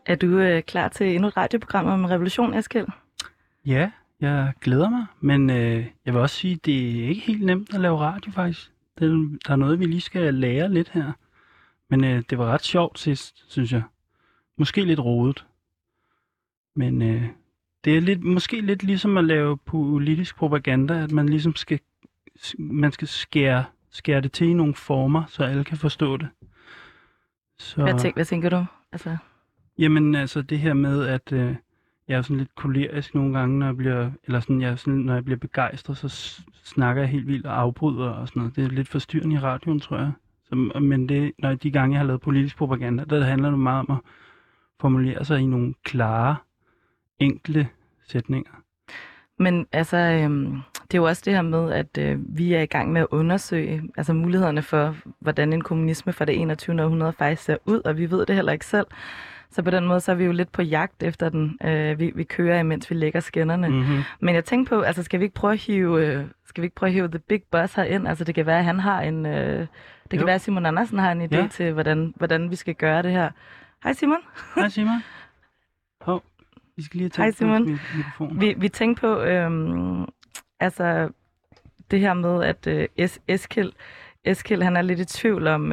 Er du klar til endnu et radioprogram om revolution, Eskild? Ja, jeg glæder mig, men jeg vil også sige, at det er ikke helt nemt at lave radio faktisk. Der er noget, vi lige skal lære lidt her. Men det var ret sjovt sidst, synes jeg. Måske lidt rodet. Men det er måske lidt ligesom at lave politisk propaganda, at man ligesom skal skære det til i nogle former, så alle kan forstå det. Så... Hvad tænker du? Altså... Jamen altså det her med, at jeg er sådan lidt kolerisk nogle gange, når jeg bliver begejstret, så snakker jeg helt vildt og afbryder og sådan noget. Det er lidt forstyrrende i radioen, tror jeg. Men når de gange, jeg har lavet politisk propaganda, der handler det meget om at formulere sig i nogle klare, enkle sætninger. Men altså, det er jo også det her med, at vi er i gang med at undersøge altså mulighederne for, hvordan en kommunisme fra det 21. århundrede faktisk ser ud, og vi ved det heller ikke selv. Så på den måde, så er vi jo lidt på jagt efter den. Vi kører, imens vi lægger skinnerne. Mm-hmm. Men jeg tænker på, altså skal vi ikke prøve at hive The Big Boss herind? Altså det kan være, at han har kan være, at Simon Andersen har en idé til, hvordan vi skal gøre det her. Hej Simon. Hej Simon. Vi skal lige tage på mikrofonen. Vi tænkte på, altså det her med, at Eskild, han er lidt i tvivl om,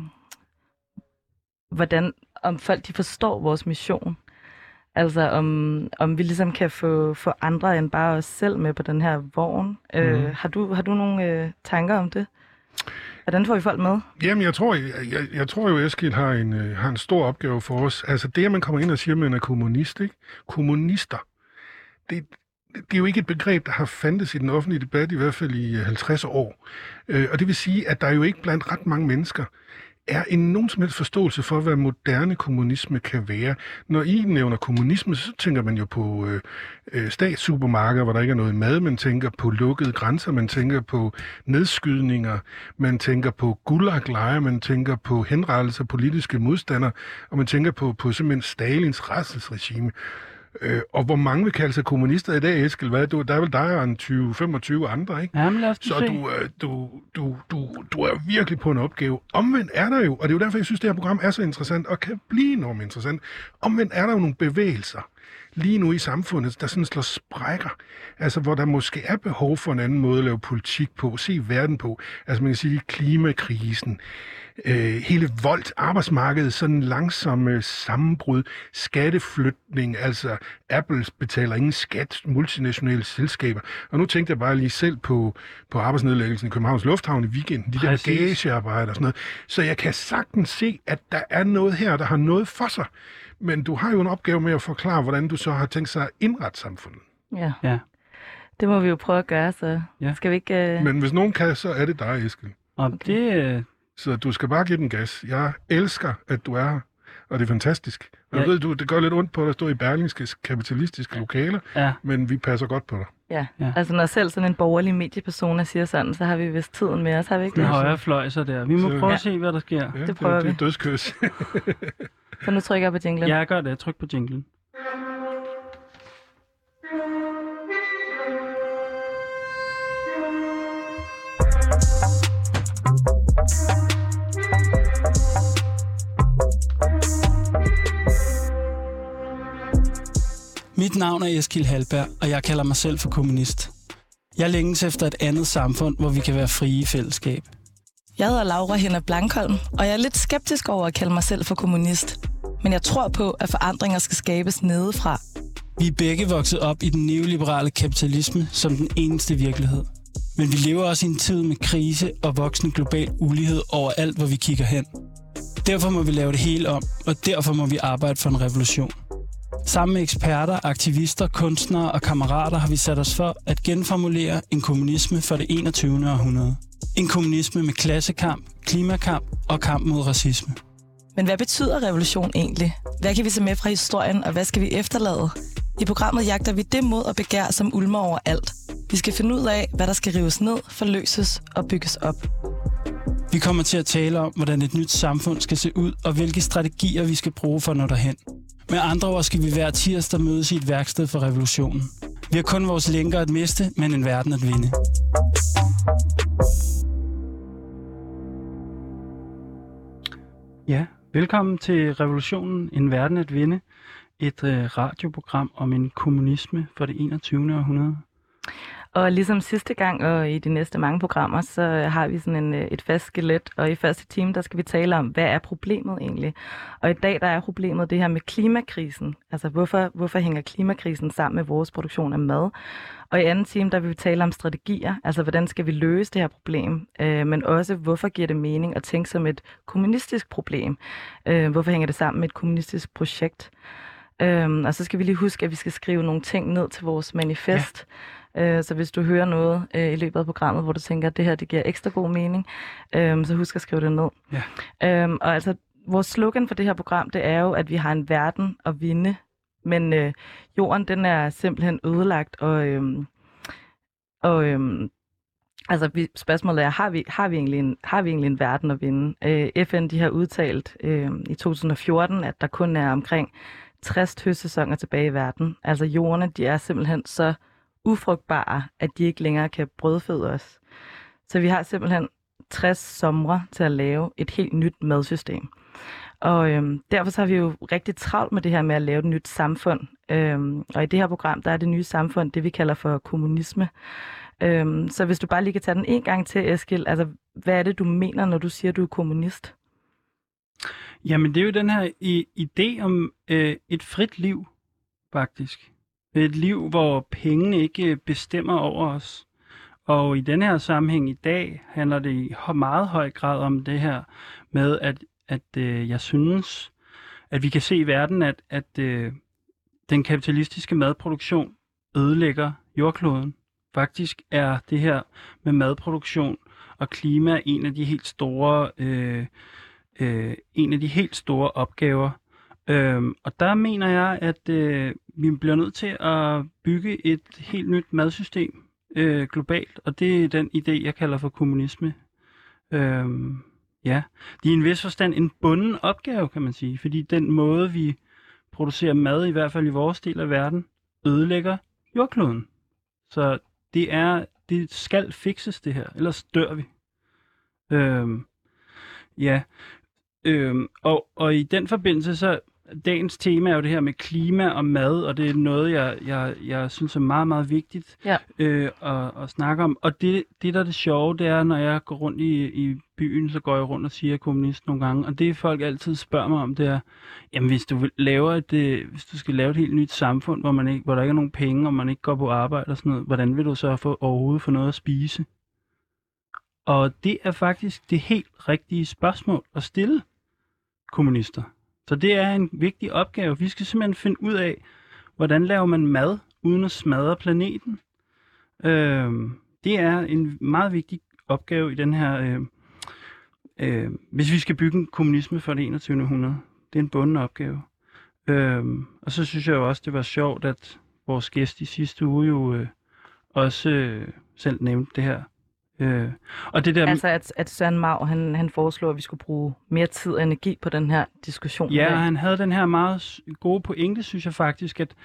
om folk de forstår vores mission. Altså om vi ligesom kan få andre end bare os selv med på den her vogn. Har du nogle tanker om det? Hvordan får vi folk med? Jamen, jeg tror jo, at Eskild har en stor opgave for os. Altså det, at man kommer ind og siger, at man er kommunist, ikke? Kommunister, det er jo ikke et begreb, der har fandtes i den offentlige debat, i hvert fald i 50 år. Og det vil sige, at der jo ikke blandt ret mange mennesker er nogen som helst forståelse for, hvad moderne kommunisme kan være. Når I nævner kommunisme, så tænker man jo på statssupermarkeder, hvor der ikke er noget mad. Man tænker på lukkede grænser, man tænker på nedskydninger, man tænker på gulaglejre, man tænker på henrettelser af politiske modstandere, og man tænker på simpelthen Stalins rædselsregime. Og hvor mange vil kalde sig kommunister i dag, Eskild? Der er vel dig og en 20-25 andre, ikke? Jamen, lad os så du er virkelig på en opgave. Omvendt er der jo, og det er jo derfor, jeg synes, det her program er så interessant, og kan blive enormt interessant. Omvendt er der jo nogle bevægelser lige nu i samfundet, der sådan slår sprækker. Altså, hvor der måske er behov for en anden måde at lave politik på, se verden på. Altså, man kan sige, klimakrisen, hele voldt arbejdsmarkedet, sådan langsomme sammenbrud, skatteflytning, altså Apple betaler ingen skat, multinationale selskaber. Og nu tænkte jeg bare lige selv på arbejdsnedlæggelsen i Københavns Lufthavn i weekenden, de der bagagearbejder og sådan noget. Så jeg kan sagtens se, at der er noget her, der har noget for sig. Men du har jo en opgave med at forklare, hvordan du så har tænkt sig at indrette samfundet. Ja. Det må vi jo prøve at gøre, så skal vi ikke... Men hvis nogen kan, så er det dig, Eskild. Okay. Så du skal bare give den gas. Jeg elsker, at du er her, og det er fantastisk. Jeg ved, det gør lidt ondt på dig at stå i Berlingske kapitalistiske lokaler, men vi passer godt på dig. Ja, altså når selv sådan en borgerlig mediepersona siger sådan, så har vi vist tiden med os, har vi ikke det? Den højre fløj så der. Vi må prøve at se, hvad der sker. Ja, det prøver vi. Det er dødskys. Så nu trykker jeg på jinglen. Ja, jeg gør det. Tryk på jinglen. Mit navn er Eskild Halberg, og jeg kalder mig selv for kommunist. Jeg længes efter et andet samfund, hvor vi kan være frie i fællesskab. Jeg hedder Laura Henna Blankholm, og jeg er lidt skeptisk over at kalde mig selv for kommunist. Men jeg tror på, at forandringer skal skabes nedefra. Vi er begge vokset op i den neoliberale kapitalisme som den eneste virkelighed. Men vi lever også i en tid med krise og voksende global ulighed overalt, hvor vi kigger hen. Derfor må vi lave det hele om, og derfor må vi arbejde for en revolution. Sammen med eksperter, aktivister, kunstnere og kammerater har vi sat os for at genformulere en kommunisme for det 21. århundrede. En kommunisme med klassekamp, klimakamp og kamp mod racisme. Men hvad betyder revolution egentlig? Hvad kan vi se med fra historien, og hvad skal vi efterlade? I programmet jagter vi det mod og begær, som ulmer over alt. Vi skal finde ud af, hvad der skal rives ned, forløses og bygges op. Vi kommer til at tale om, hvordan et nyt samfund skal se ud, og hvilke strategier vi skal bruge for at nå derhen. Med andre ord skal vi hver tirsdag mødes i et værksted for revolutionen. Vi har kun vores lænker at miste, men en verden at vinde. Ja, Velkommen til Revolutionen, en verden at vinde. Et radioprogram om en kommunisme for det 21. århundrede. Og ligesom sidste gang og i de næste mange programmer, så har vi sådan et fast skelet, og i første time, der skal vi tale om, hvad er problemet egentlig? Og i dag, der er problemet det her med klimakrisen. Altså, hvorfor hænger klimakrisen sammen med vores produktion af mad? Og i anden time, der vil vi tale om strategier, altså hvordan skal vi løse det her problem, men også hvorfor giver det mening at tænke som et kommunistisk problem? Hvorfor hænger det sammen med et kommunistisk projekt? Og så skal vi lige huske, at vi skal skrive nogle ting ned til vores manifest. Ja. Så hvis du hører noget i løbet af programmet, hvor du tænker, at det her det giver ekstra god mening, så husk at skrive det ned. Ja. Og altså, vores slogan for det her program, det er jo, at vi har en verden at vinde, men jorden, den er simpelthen ødelagt, altså spørgsmålet er, har vi egentlig en verden at vinde? FN, de har udtalt i 2014, at der kun er omkring 60 høstsæsoner tilbage i verden. Altså jordene, de er simpelthen så ufrugtbare, at de ikke længere kan brødføde os. Så vi har simpelthen 60 somre til at lave et helt nyt madsystem. Og derfor så har vi jo rigtig travlt med det her med at lave et nyt samfund. Og i det her program, der er det nye samfund, det vi kalder for kommunisme. Så hvis du bare lige kan tage den en gang til, Eskil, altså hvad er det, du mener, når du siger, du er kommunist? Jamen, det er jo den her idé om et frit liv, faktisk. Et liv, hvor pengene ikke bestemmer over os. Og i den her sammenhæng i dag handler det i meget høj grad om det her med, at jeg synes, at vi kan se i verden, at den kapitalistiske madproduktion ødelægger jordkloden. Faktisk er det her med madproduktion og klima en af de helt store opgaver. Og der mener jeg, at vi bliver nødt til at bygge et helt nyt madsystem globalt, og det er den idé, jeg kalder for kommunisme. Ja, det er i en vis forstand en bunden opgave, kan man sige, fordi den måde, vi producerer mad, i hvert fald i vores del af verden, ødelægger jordkloden. Så det skal fikses det her, ellers dør vi. Ja. Og i den forbindelse, så dagens tema er jo det her med klima og mad, og det er noget, jeg synes er meget, meget vigtigt at snakke om. Og det der er det sjove, det er, når jeg går rundt i byen, så går jeg rundt og siger kommunist nogle gange, og det folk altid spørger mig om, det er, jamen hvis du skal lave et helt nyt samfund, hvor der ikke er nogen penge, og man ikke går på arbejde og sådan noget, hvordan vil du så overhovedet få noget at spise? Og det er faktisk det helt rigtige spørgsmål at stille kommunister. Så det er en vigtig opgave. Vi skal simpelthen finde ud af, hvordan laver man mad, uden at smadre planeten. Det er en meget vigtig opgave i den her, hvis vi skal bygge en kommunisme for det 21. århundrede. Det er en bunden opgave. Og så synes jeg jo også, det var sjovt, at vores gæst i sidste uge jo også selv nævnte det her. Og det der... Altså at Søren Mau, han foreslår, at vi skulle bruge mere tid og energi på den her diskussion. Ja, han havde den her meget gode pointe, synes jeg faktisk, at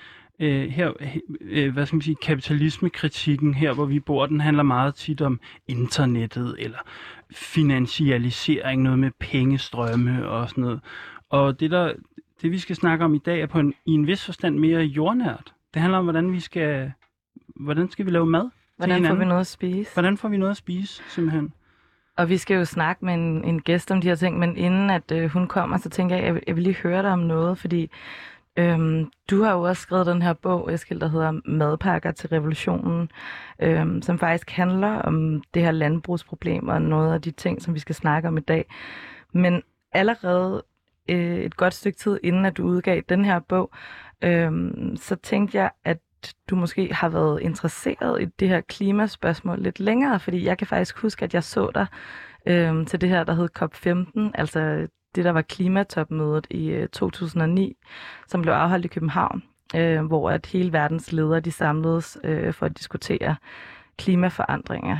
hvad skal man sige, kapitalismekritikken her, hvor vi bor, den handler meget tit om internettet eller finansialisering, noget med pengestrømme og sådan noget. Og det vi skal snakke om i dag, er i en vis forstand mere jordnært. Det handler om, hvordan skal vi lave mad? Hvordan får vi noget at spise? Hvordan får vi noget at spise, simpelthen? Og vi skal jo snakke med en gæst om de her ting, men inden at hun kommer, så tænker jeg, at jeg vil lige høre dig om noget, fordi du har jo også skrevet den her bog, Eskil, der hedder Madpakker til revolutionen, som faktisk handler om det her landbrugsproblem og noget af de ting, som vi skal snakke om i dag. Men allerede et godt stykke tid inden, at du udgav den her bog, så tænkte jeg, at du måske har været interesseret i det her klimaspørgsmål lidt længere, fordi jeg kan faktisk huske, at jeg så dig til det her, der hed COP15, altså det, der var klimatopmødet i 2009, som blev afholdt i København, hvor at hele verdens ledere de samledes for at diskutere klimaforandringer.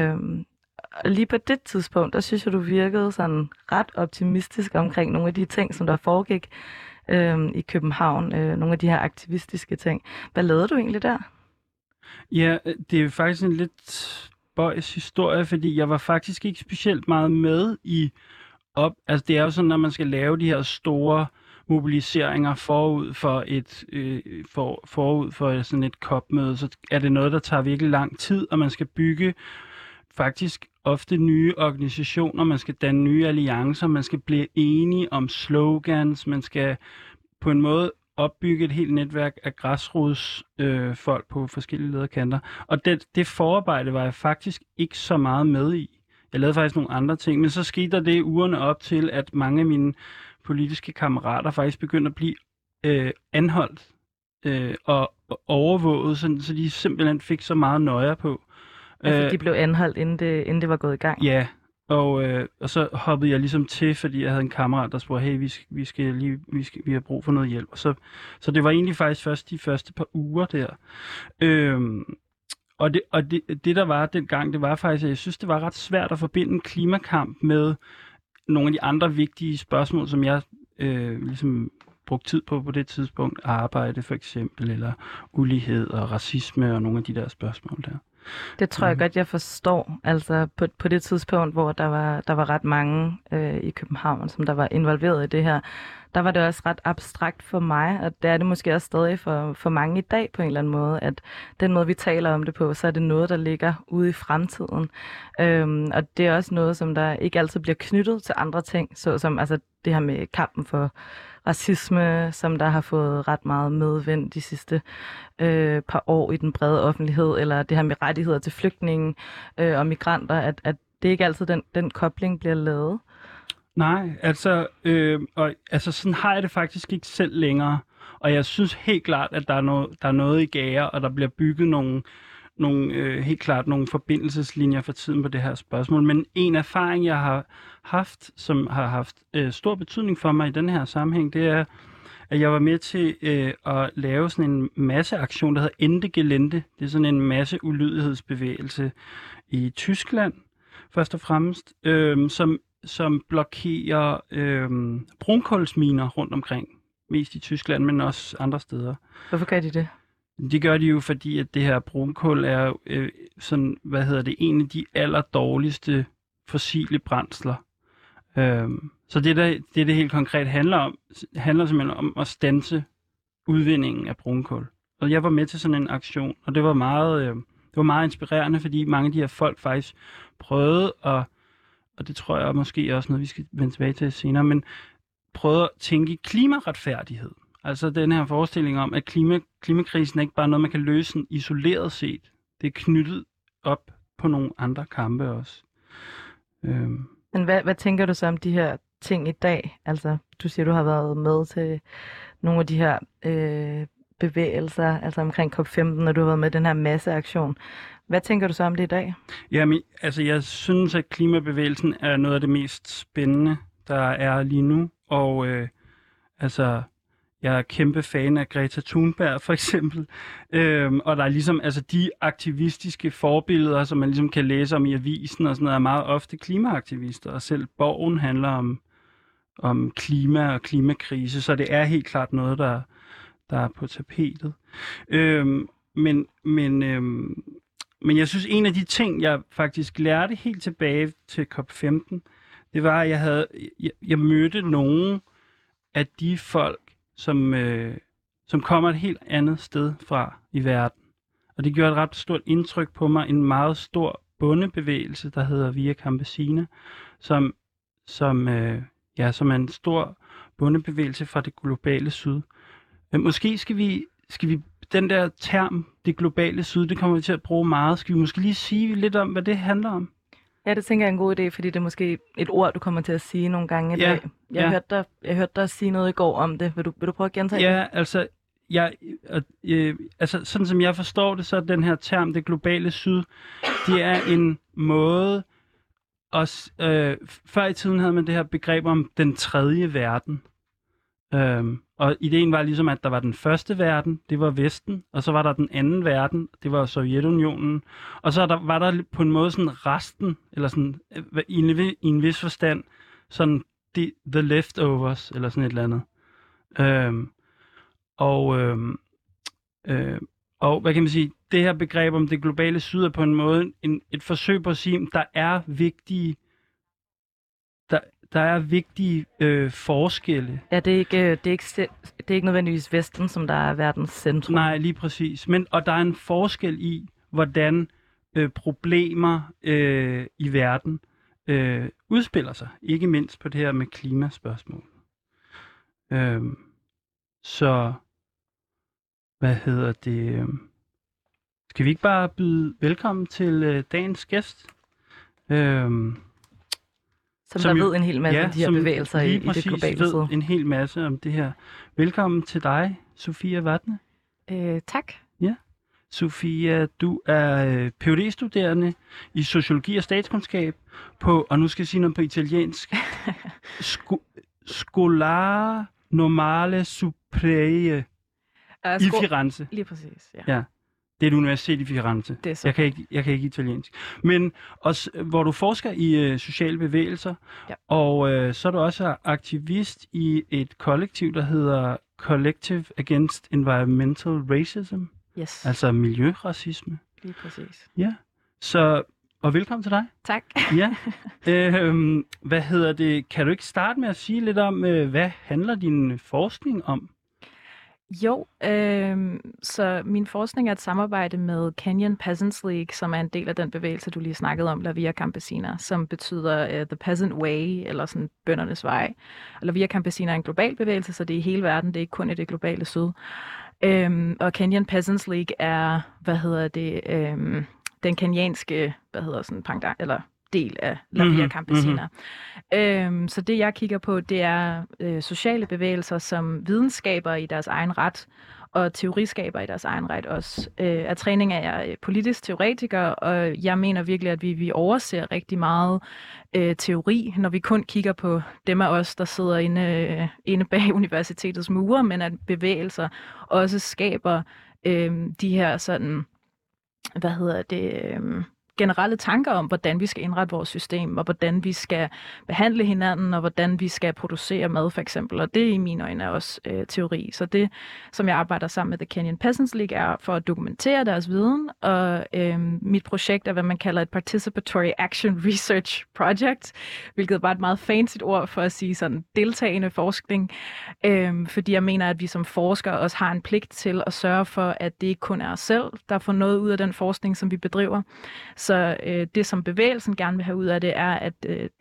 Og lige på det tidspunkt, der synes jeg, du virkede sådan ret optimistisk omkring nogle af de ting, som der foregik i København, nogle af de her aktivistiske ting. Hvad lavede du egentlig der? Ja, det er faktisk en lidt spøjs historie, fordi jeg var faktisk ikke specielt meget med i altså det er jo sådan, når man skal lave de her store mobiliseringer forud for sådan et COP-møde, så er det noget, der tager virkelig lang tid, og man skal bygge faktisk ofte nye organisationer, man skal danne nye alliancer, man skal blive enige om slogans, man skal på en måde opbygge et helt netværk af græsrodsfolk på forskellige lederkanter. Og det forarbejde var jeg faktisk ikke så meget med i. Jeg lavede faktisk nogle andre ting, men så skete der det ugerne op til, at mange af mine politiske kammerater faktisk begyndte at blive anholdt og overvåget, så de simpelthen fik så meget nøje på. Altså, de blev anholdt, inden det var gået i gang? Ja, og så hoppede jeg ligesom til, fordi jeg havde en kammerat, der spurgte, hey, vi har brug for noget hjælp. Og så det var egentlig faktisk først de første par uger der. Og det der var dengang, det var faktisk, at jeg synes, det var ret svært at forbinde klimakamp med nogle af de andre vigtige spørgsmål, som jeg ligesom brugte tid på det tidspunkt. Arbejde for eksempel, eller ulighed og racisme og nogle af de der spørgsmål der. Det tror jeg godt, jeg forstår. Altså på det tidspunkt, hvor der var ret mange i København, som der var involveret i det her, der var det også ret abstrakt for mig, og det er det måske også stadig for mange i dag på en eller anden måde, at den måde, vi taler om det på, så er det noget, der ligger ude i fremtiden. Og det er også noget, som der ikke altid bliver knyttet til andre ting, såsom altså det her med kampen for racisme, som der har fået ret meget medvind de sidste par år i den brede offentlighed, eller det her med rettigheder til flygtninge og migranter, at det ikke altid den kobling bliver lavet. Nej, altså sådan har jeg det faktisk ikke selv længere. Og jeg synes helt klart, at der er noget i gære, og der bliver bygget helt klart nogle forbindelseslinjer for tiden på det her spørgsmål. Men en erfaring, jeg har haft, som har haft stor betydning for mig i den her sammenhæng, det er, at jeg var med til at lave sådan en masseaktion, der hedder Ende Gelände. Det er sådan en masse ulydighedsbevægelse i Tyskland, først og fremmest, som blokerer brunkulsminer rundt omkring. Mest i Tyskland, men også andre steder. Hvorfor gør de det? Det gør de jo, fordi at det her brunkul er sådan, en af de allerdårligste fossile brændsler. Så det helt konkret handler simpelthen om at standse udvindingen af brunkul. Og jeg var med til sådan en aktion, og det var meget inspirerende, fordi mange af de her folk faktisk prøvede at, og det tror jeg måske også noget, vi skal vende tilbage til senere, men prøvede at tænke klimaretfærdighed. Altså den her forestilling om, at klimakrisen er ikke bare noget, man kan løse sådan isoleret set. Det er knyttet op på nogle andre kampe også. Men hvad tænker du så om de her ting i dag? Altså, du siger, du har været med til nogle af de her bevægelser, altså omkring COP15, når du har været med i den her masseaktion. Hvad tænker du så om det i dag? Jamen, altså jeg synes, at klimabevægelsen er noget af det mest spændende, der er lige nu. Og jeg er kæmpe fan af Greta Thunberg, for eksempel. Og der er ligesom, altså de aktivistiske forbilleder, som man ligesom kan læse om i avisen og sådan noget, er meget ofte klimaaktivister. Og selv Borgen handler om klima og klimakrise, så det er helt klart noget, der er på tapetet. Men jeg synes, en af de ting, jeg faktisk lærte helt tilbage til COP15, det var, at jeg mødte nogle af de folk, som kommer et helt andet sted fra i verden. Og det gjorde et ret stort indtryk på mig. En meget stor bondebevægelse, der hedder Via Campesina, som er en stor bondebevægelse fra det globale syd. Måske skal vi den der term, det globale syd, det kommer vi til at bruge meget. Skal vi måske lige sige lidt om, hvad det handler om? Ja, det tænker jeg er en god idé, fordi det er måske et ord, du kommer til at sige nogle gange i dag. Jeg hørte dig sige noget i går om det. Vil du prøve at gentage det? Ja, altså sådan som jeg forstår det, så er den her term, det globale syd, det er en måde, før i tiden havde man det her begreb om den tredje verden. Og ideen var ligesom, at der var den første verden, det var Vesten, og så var der den anden verden, det var Sovjetunionen, og så var der på en måde sådan resten, eller sådan i en vis forstand, sådan the leftovers, eller sådan et eller andet. Og hvad kan man sige, det her begreb om det globale syd er på en måde et forsøg på at sige, at der der er vigtige forskelle. Ja, det er ikke nødvendigvis Vesten, som der er verdens centrum. Nej, lige præcis. Og der er en forskel i, hvordan problemer i verden udspiller sig. Ikke mindst på det her med klimaspørgsmål. Så, hvad hedder det? Skal vi ikke bare byde velkommen til dagens gæst? Som der ved en hel masse om de her bevægelser i det globale ved syd. En hel masse om det her. Velkommen til dig, Sofia Vatne. Tak. Ja. Sofia, du er Ph.D.-studerende i sociologi og statskundskab på, og nu skal jeg sige noget på italiensk, Scolare Normale Superiore i Firenze. Lige præcis, ja. Det er et universitet i Firenze. Jeg kan ikke italiensk. Men også, hvor du forsker i sociale bevægelser, og så er du også aktivist i et kollektiv, der hedder Collective Against Environmental Racism. Yes. Altså miljøracisme. Lige præcis. Ja. Og velkommen til dig. Tak. Ja. Hvad hedder det? Kan du ikke starte med at sige lidt om, hvad handler din forskning om? Jo, så min forskning er et samarbejde med Kenyan Peasants League, som er en del af den bevægelse, du lige snakkede om, La Via Campesina, som betyder The Peasant Way, eller sådan bøndernes vej. La Via Campesina er en global bevægelse, så det er i hele verden, det er ikke kun i det globale syd. Og Kenyan Peasants League er, den kenyanske, del af La Via Campesina. Så det, jeg kigger på, det er sociale bevægelser, som videnskaber i deres egen ret, og teoriskaber i deres egen ret også. Af træning er jeg politisk teoretiker, og jeg mener virkelig, at vi overser rigtig meget teori, når vi kun kigger på dem af os, der sidder inde bag universitetets mure, men at bevægelser også skaber de her sådan, generelle tanker om, hvordan vi skal indrette vores system, og hvordan vi skal behandle hinanden, og hvordan vi skal producere mad, for eksempel. Og det i mine øjne er også teori. Så det, som jeg arbejder sammen med The Kenyan Peasants League, er for at dokumentere deres viden, og mit projekt er, hvad man kalder et Participatory Action Research Project, hvilket er bare et meget fancy ord for at sige sådan deltagende forskning, fordi jeg mener, at vi som forskere også har en pligt til at sørge for, at det ikke kun er os selv, der får noget ud af den forskning, som vi bedriver. Så det, som bevægelsen gerne vil have ud af det, er, at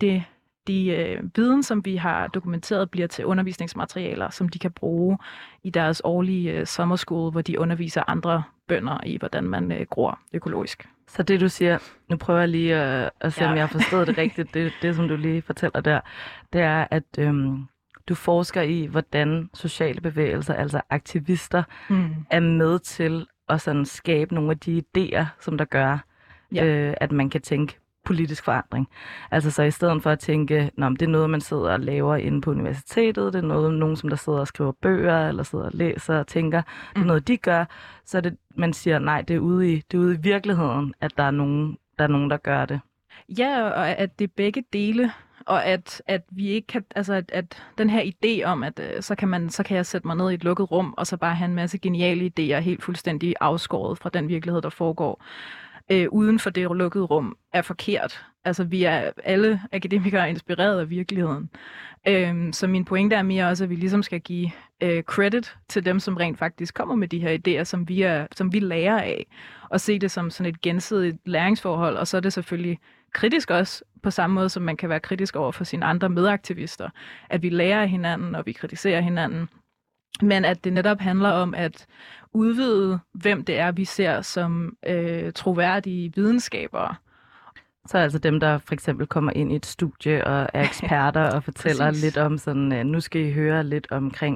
de viden, som vi har dokumenteret, bliver til undervisningsmaterialer, som de kan bruge i deres årlige summer school, hvor de underviser andre bønder i, hvordan man gror økologisk. Så det, du siger, nu prøver jeg lige at se, om jeg har forstået det rigtigt, det, som du lige fortæller der, det er, at du forsker i, hvordan sociale bevægelser, altså aktivister, er med til at sådan skabe nogle af de idéer, som der gør, at man kan tænke politisk forandring. Altså så i stedet for at tænke, det er noget, man sidder og laver inde på universitetet, det er nogen, som der sidder og skriver bøger, eller sidder og læser og tænker, det er noget, de gør, så det, man siger, nej, det er ude i virkeligheden, at der er nogen, der gør det. Ja, og at det er begge dele, og at vi ikke kan, altså at den her idé om, at så kan jeg sætte mig ned i et lukket rum, og så bare have en masse geniale idéer, helt fuldstændig afskåret fra den virkelighed, der foregår uden for det lukkede rum, er forkert. Altså, vi er alle akademikere inspireret af virkeligheden. Så min pointe er mere også, at vi ligesom skal give credit til dem, som rent faktisk kommer med de her idéer, som vi lærer af, og se det som sådan et gensidigt læringsforhold, og så er det selvfølgelig kritisk også, på samme måde som man kan være kritisk over for sine andre medaktivister, at vi lærer af hinanden, og vi kritiserer hinanden, men at det netop handler om at udvide, hvem det er, vi ser som troværdige videnskabere. Så altså dem, der for eksempel kommer ind i et studie og er eksperter og fortæller lidt om sådan, nu skal I høre lidt omkring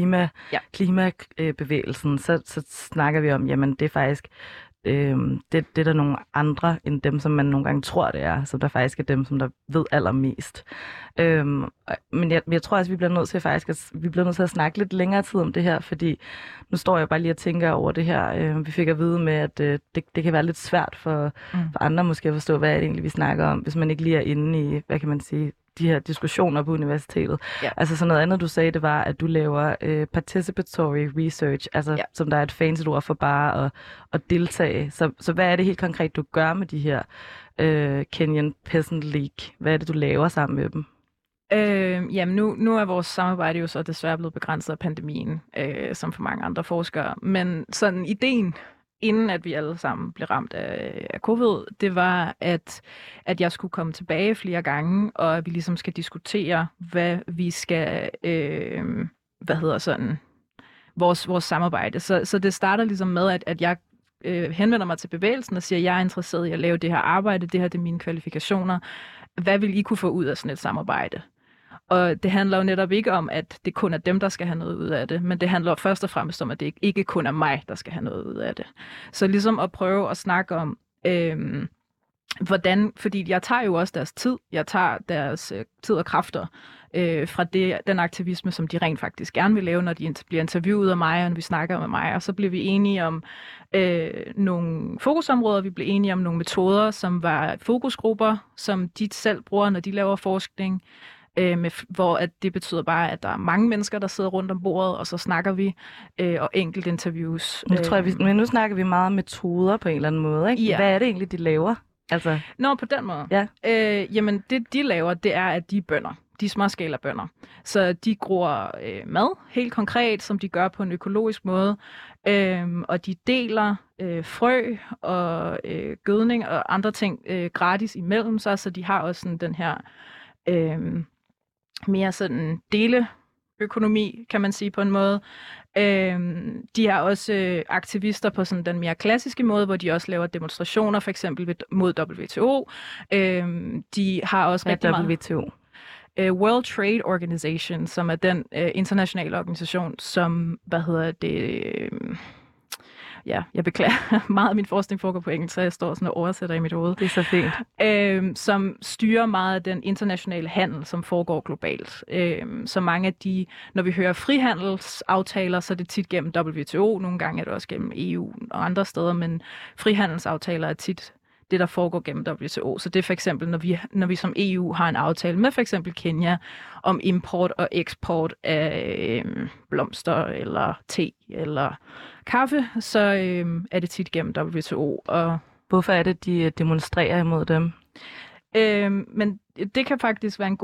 klimabevægelsen, så snakker vi om, jamen det er faktisk, det er der nogle andre end dem, som man nogle gange tror, det er, som der faktisk er dem, som der ved allermest. Men jeg tror også, vi bliver nødt til at snakke lidt længere tid om det her, fordi nu står jeg bare lige og tænker over det her. Vi fik at vide med, at det kan være lidt svært for andre måske at forstå, hvad er det egentlig, vi snakker om, hvis man ikke lige er inde i, hvad kan man sige, de her diskussioner på universitetet. Ja. Altså sådan noget andet, du sagde, det var, at du laver participatory research, altså som der er et fancy ord for bare at deltage. Så hvad er det helt konkret, du gør med de her Kenyan Peasant League? Hvad er det, du laver sammen med dem? Jamen nu er vores samarbejde jo så desværre blevet begrænset af pandemien, som for mange andre forskere. Men sådan ideen, inden at vi alle sammen blev ramt af covid, det var, at jeg skulle komme tilbage flere gange, og at vi ligesom skal diskutere, hvad vi skal, vores samarbejde. Så det starter ligesom med, at jeg henvender mig til bevægelsen og siger, at jeg er interesseret i at lave det her arbejde, det her det er mine kvalifikationer. Hvad vil I kunne få ud af sådan et samarbejde? Og det handler jo netop ikke om, at det kun er dem, der skal have noget ud af det, men det handler først og fremmest om, at det ikke kun er mig, der skal have noget ud af det. Så ligesom at prøve at snakke om, hvordan, fordi jeg tager jo også deres tid, jeg tager deres tid og kræfter fra den aktivisme, som de rent faktisk gerne vil lave, når de bliver interviewet af mig, og når vi snakker med mig, og så blev vi enige om nogle fokusområder, vi blev enige om nogle metoder, som var fokusgrupper, som de selv bruger, når de laver forskning, hvor at det betyder bare, at der er mange mennesker, der sidder rundt om bordet, og så snakker vi, og enkelt interviews. Men nu snakker vi meget om metoder på en eller anden måde, ikke? Ja. Hvad er det egentlig, de laver? Altså... Nå, på den måde. Ja. Jamen, det de laver, det er, at de er bønder. De er småskala bønder. Så de gror mad, helt konkret, som de gør på en økologisk måde. Og de deler frø og gødning og andre ting gratis imellem sig, så de har også sådan den her mere sådan deleøkonomi, kan man sige på en måde. De er også aktivister på sådan den mere klassiske måde, hvor de også laver demonstrationer, for eksempel mod WTO. De har også rigtig meget... WTO? World Trade Organization, som er den internationale organisation, som, jeg beklager, meget af min forskning foregår på engelsk, så jeg står sådan og oversætter i mit hoved. Det er så fint. Som styrer meget af den internationale handel, som foregår globalt. Så mange af de, når vi hører frihandelsaftaler, så er det tit gennem WTO, nogle gange er det også gennem EU og andre steder, men frihandelsaftaler er tit det, der foregår gennem WTO. Så det er for eksempel, når vi som EU har en aftale med for eksempel Kenya om import og eksport af blomster eller te eller kaffe, så er det tit gennem WTO. Og hvorfor er det, de demonstrerer imod dem? Men det kan faktisk være en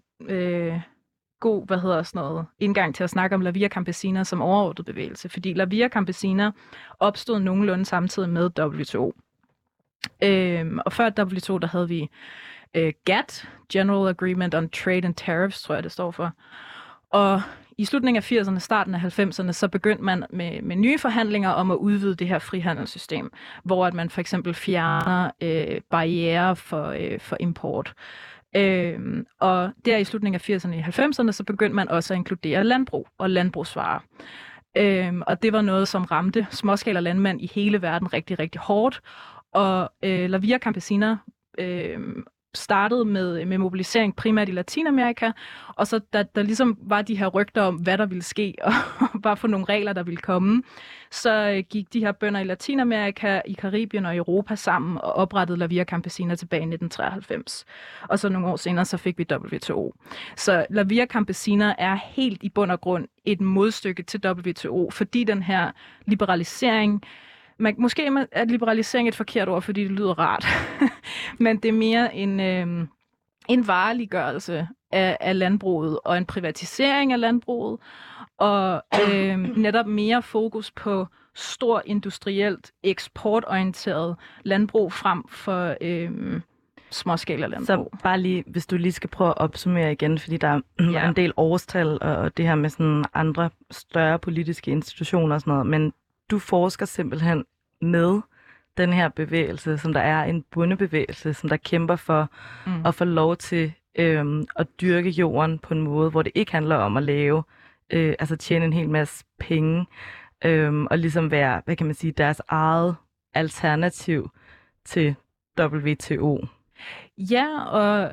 god indgang til at snakke om La Via Campesina som overordnet bevægelse, fordi La Via Campesina opstod nogenlunde samtidig med WTO. Og før WTO, der havde vi GATT, General Agreement on Trade and Tariffs, tror jeg, det står for. Og i slutningen af 80'erne, starten af 90'erne, så begyndte man med nye forhandlinger om at udvide det her frihandelssystem, hvor at man for eksempel fjerner barrierer for import. Og der i slutningen af 80'erne og 90'erne, så begyndte man også at inkludere landbrug og landbrugsvarer. Og det var noget, som ramte småskala landmænd i hele verden rigtig, rigtig hårdt. Og La Via Campesina startede med mobilisering primært i Latinamerika, og så der ligesom var de her rygter om, hvad der ville ske, og hvad for nogle regler, der ville komme, så gik de her bønder i Latinamerika, i Karibien og Europa sammen og oprettede La Via Campesina tilbage i 1993. Og så nogle år senere, så fik vi WTO. Så La Via Campesina er helt i bund og grund et modstykke til WTO, fordi den her liberalisering, måske er liberalisering et forkert ord, fordi det lyder rart, men det er mere en vareliggørelse af landbruget og en privatisering af landbruget, og netop mere fokus på stor industrielt eksportorienteret landbrug frem for småskala landbrug. Så bare lige, hvis du lige skal prøve at opsummere igen, fordi der er en del årstal og det her med sådan andre større politiske institutioner og sådan noget, men du forsker simpelthen med den her bevægelse, som der er en bondebevægelse, som der kæmper for at få lov til at dyrke jorden på en måde, hvor det ikke handler om at lave, tjene en hel masse penge, og ligesom være, hvad kan man sige, deres eget alternativ til WTO. Ja, og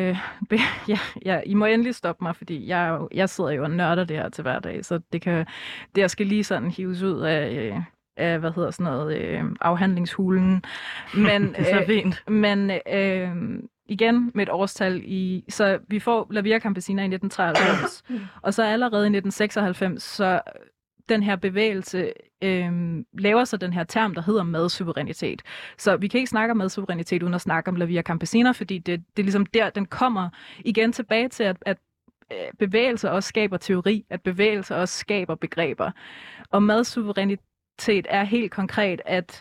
I må endelig stoppe mig, fordi jeg sidder jo og nørder det her til hverdag, så det skal lige sådan hives ud af afhandlingshulen. Men, det er så fint. Men igen med et årstal så vi får La Via Campesina i 1993, og så allerede i 1996, så den her bevægelse laver så den her term, der hedder madsuverænitet. Så vi kan ikke snakke om madsuverænitet uden at snakke om La Via Campesina, fordi det er ligesom der, den kommer igen tilbage til, at bevægelser også skaber teori, at bevægelser også skaber begreber. Og madsuverænitet er helt konkret, at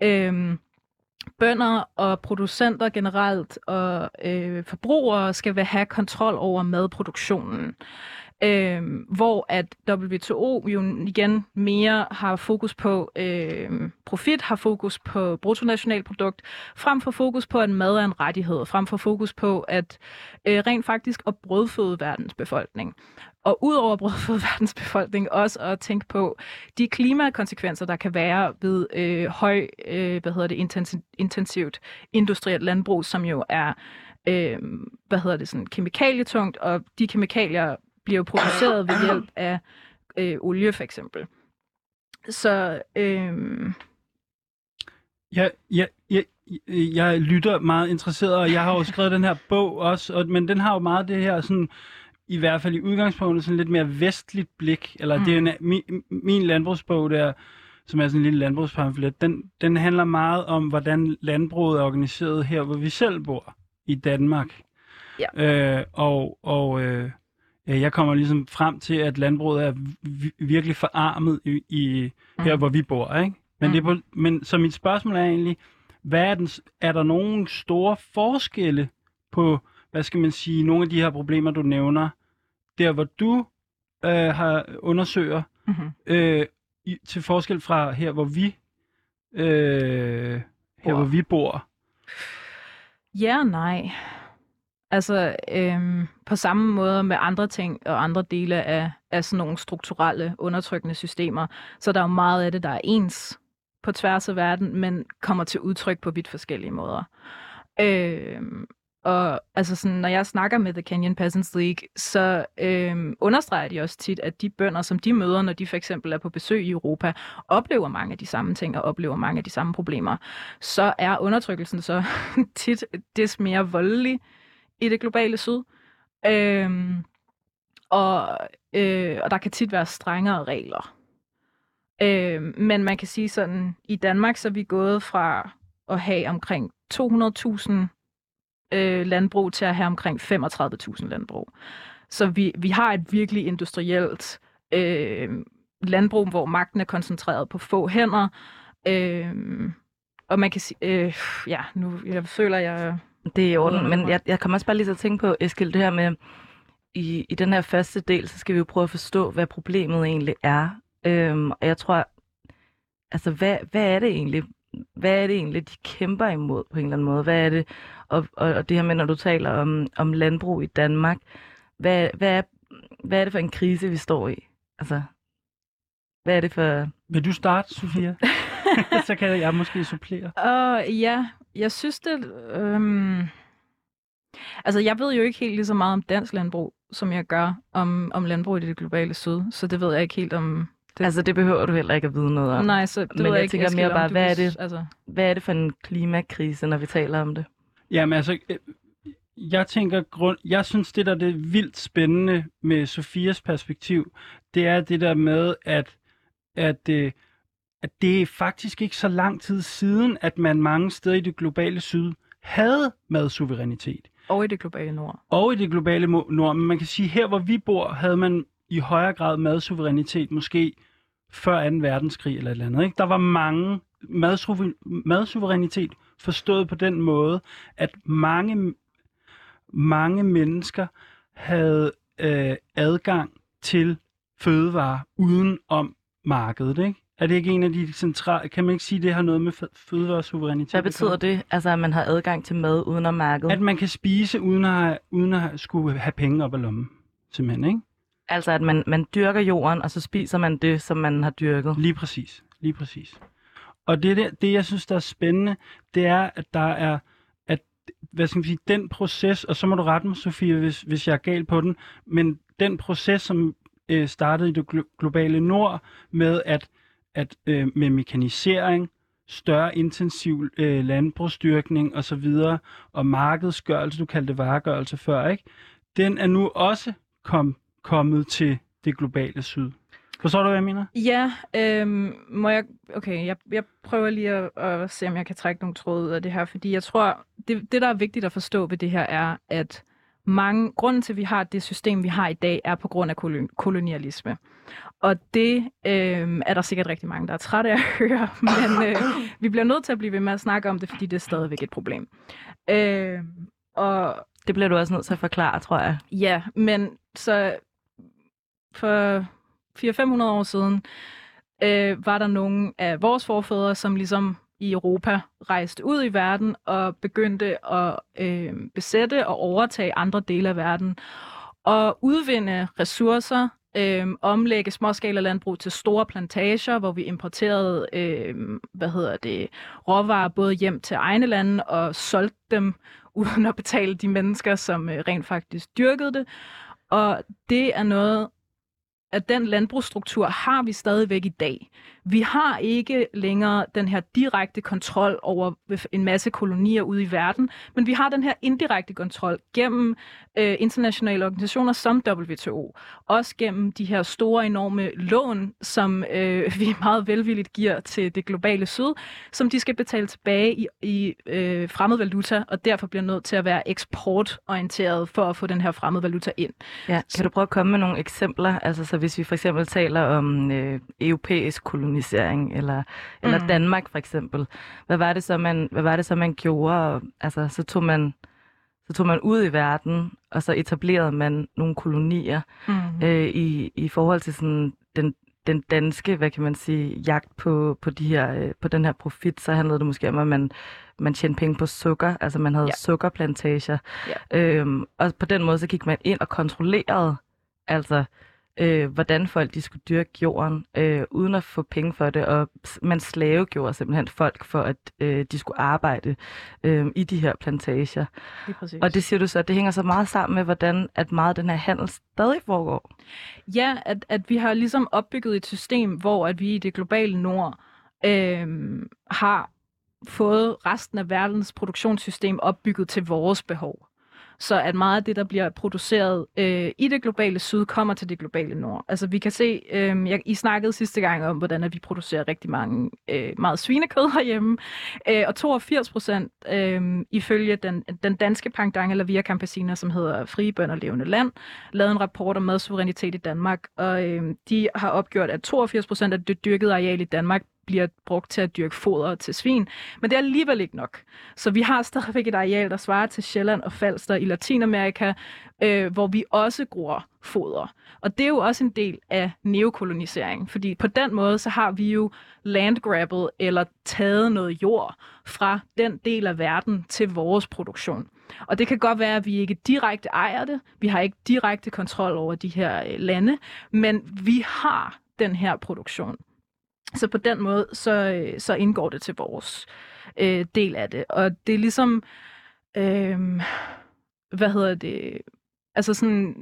bønder og producenter generelt og forbrugere skal have kontrol over madproduktionen. Hvor at WTO jo igen mere har fokus på profit, har fokus på bruttonationalprodukt, frem for fokus på, at mad er en rettighed, frem for fokus på, at rent faktisk at brødføde verdens befolkning. Og udover at brødføde verdens befolkning, også at tænke på de klimakonsekvenser, der kan være ved intensivt industrielt landbrug, som jo er sådan kemikalietungt, og de kemikalier bliver produceret ved hjælp af olie, for eksempel. Så jeg lytter meget interesseret, og jeg har jo skrevet den her bog også, men den har jo meget det her sådan, i hvert fald i udgangspunktet, sådan lidt mere vestligt blik, eller det er min landbrugsbog der, som er sådan en lille landbrugspamflet, den handler meget om, hvordan landbruget er organiseret her, hvor vi selv bor, i Danmark. Ja. Jeg kommer ligesom frem til, at landbruget er virkelig forarmet i her, hvor vi bor, ikke? Men så mit spørgsmål er egentlig, er der nogle store forskelle på, hvad skal man sige, nogle af de her problemer, du nævner, der hvor du undersøger, til forskel fra her, hvor vi bor? Ja og nej. Altså på samme måde med andre ting og andre dele af sådan nogle strukturelle undertrykkende systemer, så der er jo meget af det, der er ens på tværs af verden, men kommer til udtryk på vidt forskellige måder. Og altså sådan, når jeg snakker med The Kenyan Peasants League, så understreger de også tit, at de bønder, som de møder, når de for eksempel er på besøg i Europa, oplever mange af de samme ting og oplever mange af de samme problemer. Så er undertrykkelsen så tit des mere voldelig i det globale syd. Og der kan tit være strengere regler. Men man kan sige sådan, i Danmark så er vi gået fra at have omkring 200.000 landbrug til at have omkring 35.000 landbrug. Så vi har et virkelig industrielt landbrug, hvor magten er koncentreret på få hænder. Og man kan sige, jeg føler, jeg... Det er i orden, men jeg kommer også bare lige til at tænke på, Eskild, det her med, i den her første del, så skal vi jo prøve at forstå, hvad problemet egentlig er. Og jeg tror, altså, hvad er det egentlig? Hvad er det egentlig, de kæmper imod på en eller anden måde? Hvad er det, og det her med, når du taler om landbrug i Danmark, hvad er det for en krise, vi står i? Altså, hvad er det for... Vil du starte, Sofia? Så kan jeg måske supplere. Ja, jeg synes det... Altså, jeg ved jo ikke helt lige så meget om dansk landbrug, som jeg gør om landbrug i det globale syd, så det ved jeg ikke helt om... Altså, det behøver du heller ikke at vide noget om. Nej, så det men ved jeg ikke, tænker mere bare, hvad er det for en klimakrise, når vi taler om det? Jamen altså, jeg synes, det der er det vildt spændende med Sofias perspektiv, det er det der med, at det er faktisk ikke så lang tid siden, at man mange steder i det globale syd havde madsuverænitet. Og i det globale nord. Og i det globale nord. Men man kan sige, her hvor vi bor, havde man i højere grad madsuverænitet, måske før 2. verdenskrig eller et eller andet. Ikke? Der var mange madsuverænitet forstået på den måde, at mange mennesker havde adgang til fødevarer uden om markedet, ikke? Er det ikke en af de centrale... Kan man ikke sige, at det har noget med fødevaresuverænitet? Hvad betyder det? Altså, at man har adgang til mad uden om markedet? At man kan spise uden at skulle have penge op ad lommen, simpelthen, ikke? Altså, at man dyrker jorden, og så spiser man det, som man har dyrket? Lige præcis. Og det, jeg synes, der er spændende, det er, at der er... hvad skal man sige, den proces, og så må du rette mig, Sofia, hvis jeg er gal på den, men den proces, som startede i det globale nord med med mekanisering, større intensiv landbrugsdyrkning osv., og markedsgørelse, du kaldte det varegørelse før, ikke? Den er nu også kommet til det globale syd. Forstår du, hvad jeg mener? Ja, må jeg... Okay, jeg prøver lige at se, om jeg kan trække nogle tråde ud af det her, fordi jeg tror, det der er vigtigt at forstå ved det her, er, at grunden til, at vi har det system, vi har i dag, er på grund af kolonialisme. Og det er der sikkert rigtig mange, der er trætte af at høre, men vi bliver nødt til at blive ved med at snakke om det, fordi det er stadigvæk et problem. Og det bliver du også nødt til at forklare, tror jeg. Ja, men så for 400-500 år siden var der nogle af vores forfædre, som ligesom i Europa rejste ud i verden og begyndte at besætte og overtage andre dele af verden og udvinde ressourcer, omlægge småskala landbrug til store plantager, hvor vi importerede råvarer både hjem til egne lande og solgte dem uden at betale de mennesker, som rent faktisk dyrkede det. Og det er noget, at den landbrugsstruktur har vi stadigvæk i dag. Vi har ikke længere den her direkte kontrol over en masse kolonier ude i verden, men vi har den her indirekte kontrol gennem internationale organisationer som WTO. Også gennem de her store, enorme lån, som vi meget velvilligt giver til det globale syd, som de skal betale tilbage i fremmed valuta, og derfor bliver nødt til at være eksportorienteret for at få den her fremmed valuta ind. Ja, kan du prøve at komme med nogle eksempler? Altså, så hvis vi for eksempel taler om europæisk kolonisering, eller Danmark for eksempel. Hvad var det så man gjorde? Altså, så tog man ud i verden, og så etablerede man nogle kolonier i forhold til sådan den danske, hvad kan man sige, jagt på den her profit. Så handlede det måske om, at man tjente penge på sukker, altså man havde sukkerplantager. Ja. Og på den måde så gik man ind og kontrollerede altså hvordan folk de skulle dyrke jorden, uden at få penge for det, og man slavegjorde simpelthen folk for, at de skulle arbejde i de her plantager. Og det siger du så, at det hænger så meget sammen med, hvordan at meget af den her handel stadig foregår. Ja, at vi har ligesom opbygget et system, hvor at vi i det globale nord har fået resten af verdens produktionssystem opbygget til vores behov. Så at meget af det, der bliver produceret i det globale syd, kommer til det globale nord. Altså vi kan se, I snakkede sidste gang om, hvordan at vi producerer rigtig meget svinekød herhjemme, og 82% ifølge den danske pendant, eller Via Campesina, som hedder Frie Bønder Levende Land, lavede en rapport om madsuverænitet i Danmark, og de har opgjort, at 82% af det dyrkede areal i Danmark bliver brugt til at dyrke foder til svin, men det er alligevel ikke nok. Så vi har stadigvæk et areal, der svarer til Sjælland og Falster i Latinamerika, hvor vi også gror foder. Og det er jo også en del af neokolonisering, fordi på den måde, så har vi jo landgrabbet eller taget noget jord fra den del af verden til vores produktion. Og det kan godt være, at vi ikke direkte ejer det, vi har ikke direkte kontrol over de her lande, men vi har den her produktion. Så på den måde, så indgår det til vores del af det. Og det er ligesom, altså sådan...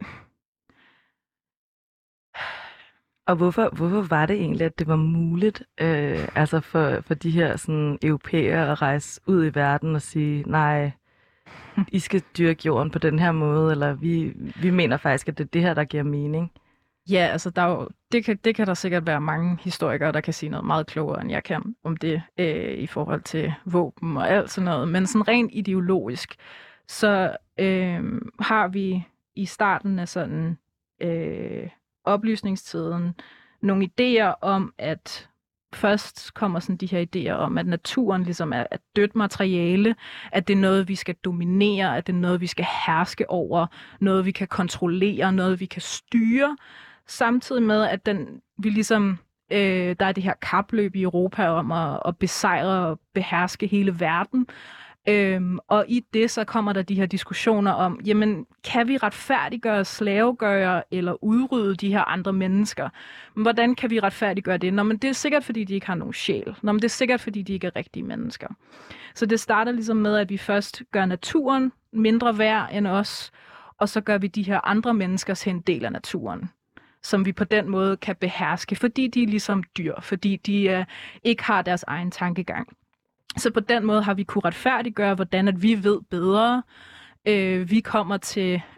Og hvorfor var det egentlig, at det var muligt altså for de her sådan, europæere at rejse ud i verden og sige, nej, I skal dyrke jorden på den her måde, eller vi mener faktisk, at det er det her, der giver mening? Ja, altså det kan der sikkert være mange historikere, der kan sige noget meget klogere, end jeg kan om det i forhold til våben og alt sådan noget. Men sådan rent ideologisk, så har vi i starten af sådan oplysningstiden nogle idéer om, at først kommer sådan de her idéer om, at naturen ligesom er dødt materiale, at det er noget, vi skal dominere, at det er noget, vi skal herske over, noget, vi kan kontrollere, noget, vi kan styre, samtidig med, at vi ligesom, der er det her kapløb i Europa om at besejre og beherske hele verden. Og i det så kommer der de her diskussioner om, jamen kan vi retfærdiggøre, slavegøre eller udrydde de her andre mennesker? Men hvordan kan vi retfærdiggøre det? Nå, men det er sikkert, fordi de ikke har nogen sjæl. Nå, men det er sikkert, fordi de ikke er rigtige mennesker. Så det starter ligesom med, at vi først gør naturen mindre værd end os, og så gør vi de her andre mennesker til en del af naturen, som vi på den måde kan beherske, fordi de er ligesom dyr, fordi de ikke har deres egen tankegang. Så på den måde har vi kunne retfærdiggøre, hvordan at vi ved bedre. Vi kommer til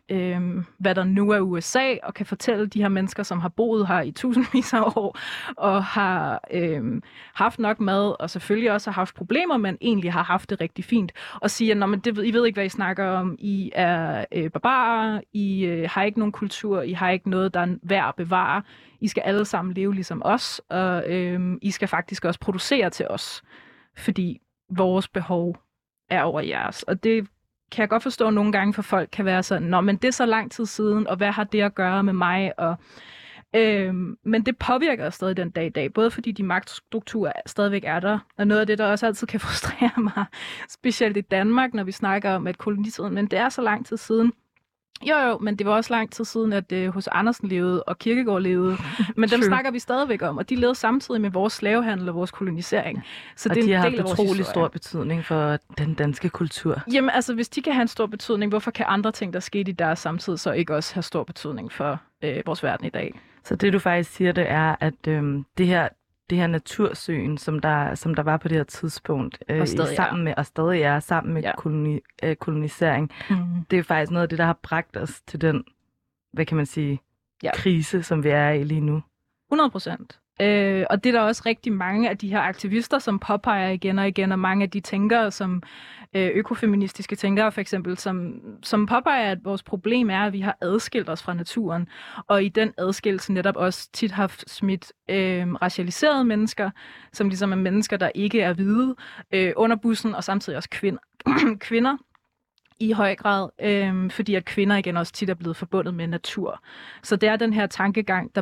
hvad der nu er USA, og kan fortælle de her mennesker, som har boet her i tusindvis af år, og har haft nok mad, og selvfølgelig også har haft problemer, men egentlig har haft det rigtig fint, og sige, at I ved ikke, hvad I snakker om, I er barbarer, I har ikke nogen kultur, I har ikke noget, der er værd at bevare, I skal alle sammen leve ligesom os, og I skal faktisk også producere til os, fordi vores behov er over jeres, og det kan jeg godt forstå nogle gange, for folk kan være sådan, men det er så lang tid siden, og hvad har det at gøre med mig? Og, men det påvirker stadig den dag i dag, både fordi de magtstrukturer stadigvæk er der, og noget af det, der også altid kan frustrere mig, specielt i Danmark, når vi snakker om, at kolonitiden, men det er så lang tid siden. Jo, men det var også lang tid siden, at H.C. Andersen levede, og Kierkegaard levede. Men dem snakker vi stadigvæk om, og de levede samtidig med vores slavehandel og vores kolonisering. Så og det er de en har del haft utrolig stor betydning for den danske kultur. Jamen altså, hvis de kan have en stor betydning, hvorfor kan andre ting, der skete i deres samtid, så ikke også have stor betydning for vores verden i dag? Så det, du faktisk siger, det er, at det her natursyn, som der var på det her tidspunkt, stadig er sammen med kolonisering, det er faktisk noget af det, der har bragt os til den, hvad kan man sige, krise, som vi er i lige nu. 100%. Og det er der også rigtig mange af de her aktivister, som påpeger igen og igen, og mange af de tænkere, som økofeministiske tænkere for eksempel, som påpeger, at vores problem er, at vi har adskilt os fra naturen, og i den adskillelse netop også tit har smidt racialiserede mennesker, som ligesom er mennesker, der ikke er hvide, under bussen, og samtidig også kvinder i høj grad, fordi at kvinder igen også tit er blevet forbundet med natur. Så det er den her tankegang, der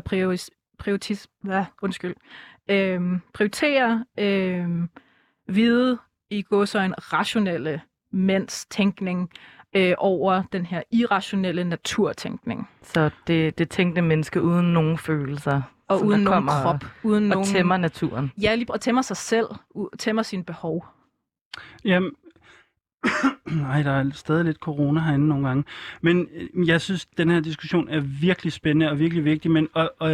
prioriterer hvide i gåseøjne rationelle mænds tænkning over den her irrationelle naturtænkning. Så det tænkte menneske uden nogen følelser. Og uden nogen krop. Uden nogen tæmmer naturen. Ja, og tæmmer sig selv. Tæmmer sine behov. Jamen, nej, der er stadig lidt corona herinde nogle gange. Men jeg synes, den her diskussion er virkelig spændende og virkelig vigtig. Men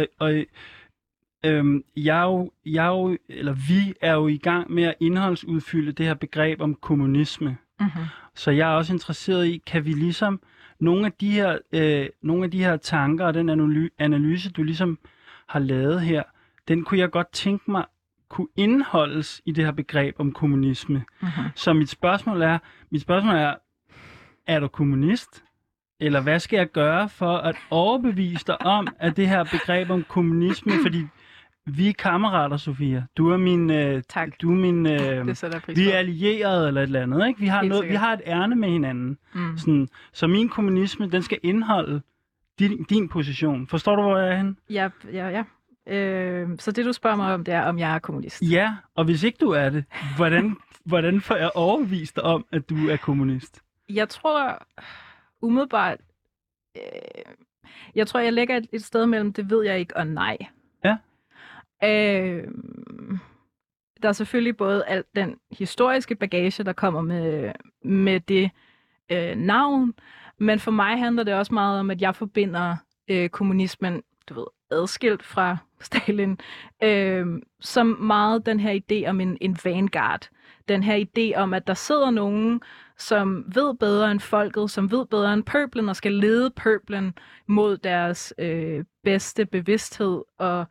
vi er jo i gang med at indholdsudfylde det her begreb om kommunisme. Mm-hmm. Så jeg er også interesseret i, kan vi ligesom nogle af de her tanker og den analyse, du ligesom har lavet her, den kunne jeg godt tænke mig kunne indeholdes i det her begreb om kommunisme. Mm-hmm. Så mit spørgsmål er du kommunist? Eller hvad skal jeg gøre for at overbevise dig om, at det her begreb om kommunisme, fordi vi er kammerater, Sofia. Du er min... Tak. Du er min... vi er allierede eller et eller andet, ikke? Vi har et ærne med hinanden. Mm. Sådan, så min kommunisme, den skal indeholde din position. Forstår du, hvor jeg er henne? Ja. Så det, du spørger mig om, det er, om jeg er kommunist. Ja, og hvis ikke du er det, hvordan får jeg overbevist dig om, at du er kommunist? Jeg tror umiddelbart... jeg tror, jeg ligger et sted mellem det ved jeg ikke og nej. Ja. Der er selvfølgelig både al den historiske bagage, der kommer med det navn, men for mig handler det også meget om, at jeg forbinder kommunismen, adskilt fra Stalin, som meget den her idé om en vanguard. Den her idé om, at der sidder nogen, som ved bedre end folket, som ved bedre end pøblen, og skal lede pøblen mod deres bedste bevidsthed, og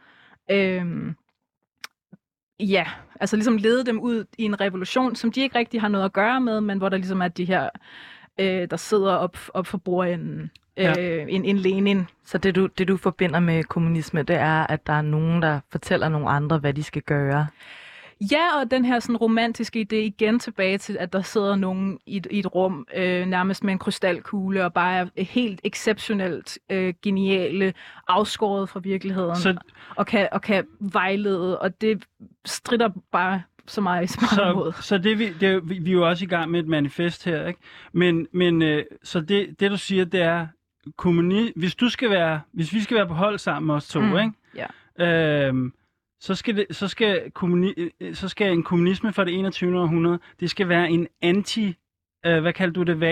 altså ligesom lede dem ud i en revolution, som de ikke rigtig har noget at gøre med, men hvor der ligesom er de her, der sidder op for bordenden. En Lenin. Så det du forbinder med kommunisme, det er, at der er nogen, der fortæller nogle andre, hvad de skal gøre? Ja, og den her sådan romantiske idé igen tilbage til, at der sidder nogen i et rum, nærmest med en krystalkugle, og bare er helt exceptionelt geniale, afskåret fra virkeligheden, og kan vejlede, og det strider bare så meget i smart måde. Så vi er jo også i gang med et manifest her, ikke? Men så det du siger, det er hvis vi skal være på hold sammen os to, ikke? Ja. Så skal en kommunisme fra det 21. århundrede, det skal være en hvad kalder du det,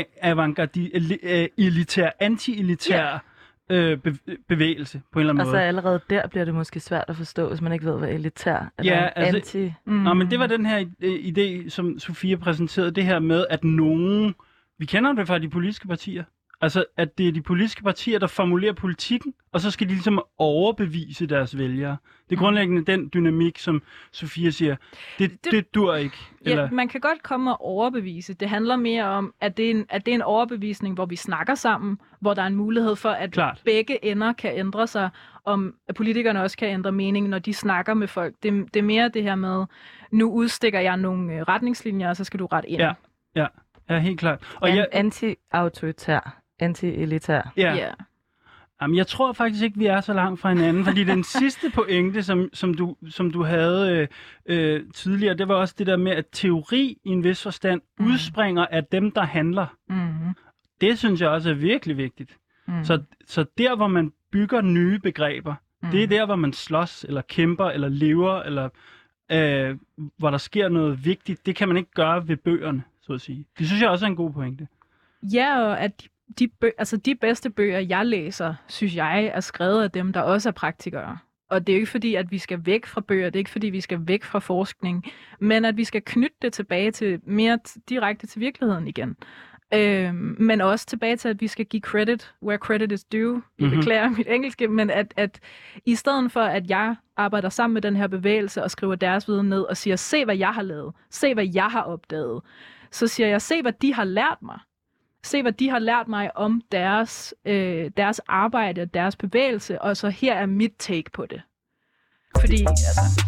anti-elitær bevægelse på en eller anden måde. Altså allerede der bliver det måske svært at forstå, hvis man ikke ved, hvad elitær er. Altså, Nå, men det var den her idé, som Sofia præsenterede, det her med, at nogen, vi kender det fra de politiske partier, Altså, at det er de politiske partier, der formulerer politikken, og så skal de ligesom overbevise deres vælgere. Det er grundlæggende den dynamik, som Sofia siger, det dur ikke. Eller... Ja, man kan godt komme og overbevise. Det handler mere om, at det er en overbevisning, hvor vi snakker sammen, hvor der er en mulighed for, at begge ender kan ændre sig, om at politikerne også kan ændre mening, når de snakker med folk. Det er mere det her med, nu udstikker jeg nogle retningslinjer, og så skal du rette ind. Ja, helt klart. Og Anti-autoritær, anti-elitær. Ja. Jamen, jeg tror faktisk ikke, vi er så langt fra hinanden, fordi den sidste pointe, som du havde tidligere, det var også det der med, at teori i en vis forstand udspringer af dem, der handler. Mm-hmm. Det synes jeg også er virkelig vigtigt. Mm. Så der, hvor man bygger nye begreber, det er der, hvor man slås, eller kæmper, eller lever, eller hvor der sker noget vigtigt. Det kan man ikke gøre ved bøgerne, så at sige. Det synes jeg også er en god pointe. Ja, og at de bedste bøger, jeg læser, synes jeg, er skrevet af dem, der også er praktikere. Og det er jo ikke fordi, at vi skal væk fra bøger, det er ikke fordi, vi skal væk fra forskning, men at vi skal knytte det tilbage til mere direkte til virkeligheden igen. Men også tilbage til, at vi skal give credit where credit is due. Jeg beklager mit engelske, men at i stedet for, at jeg arbejder sammen med den her bevægelse og skriver deres viden ned og siger, se hvad jeg har lavet, se hvad jeg har opdaget, så siger jeg, se hvad de har lært mig. Se, hvad de har lært mig om deres arbejde og deres bevægelse, og så her er mit take på det. Fordi, altså...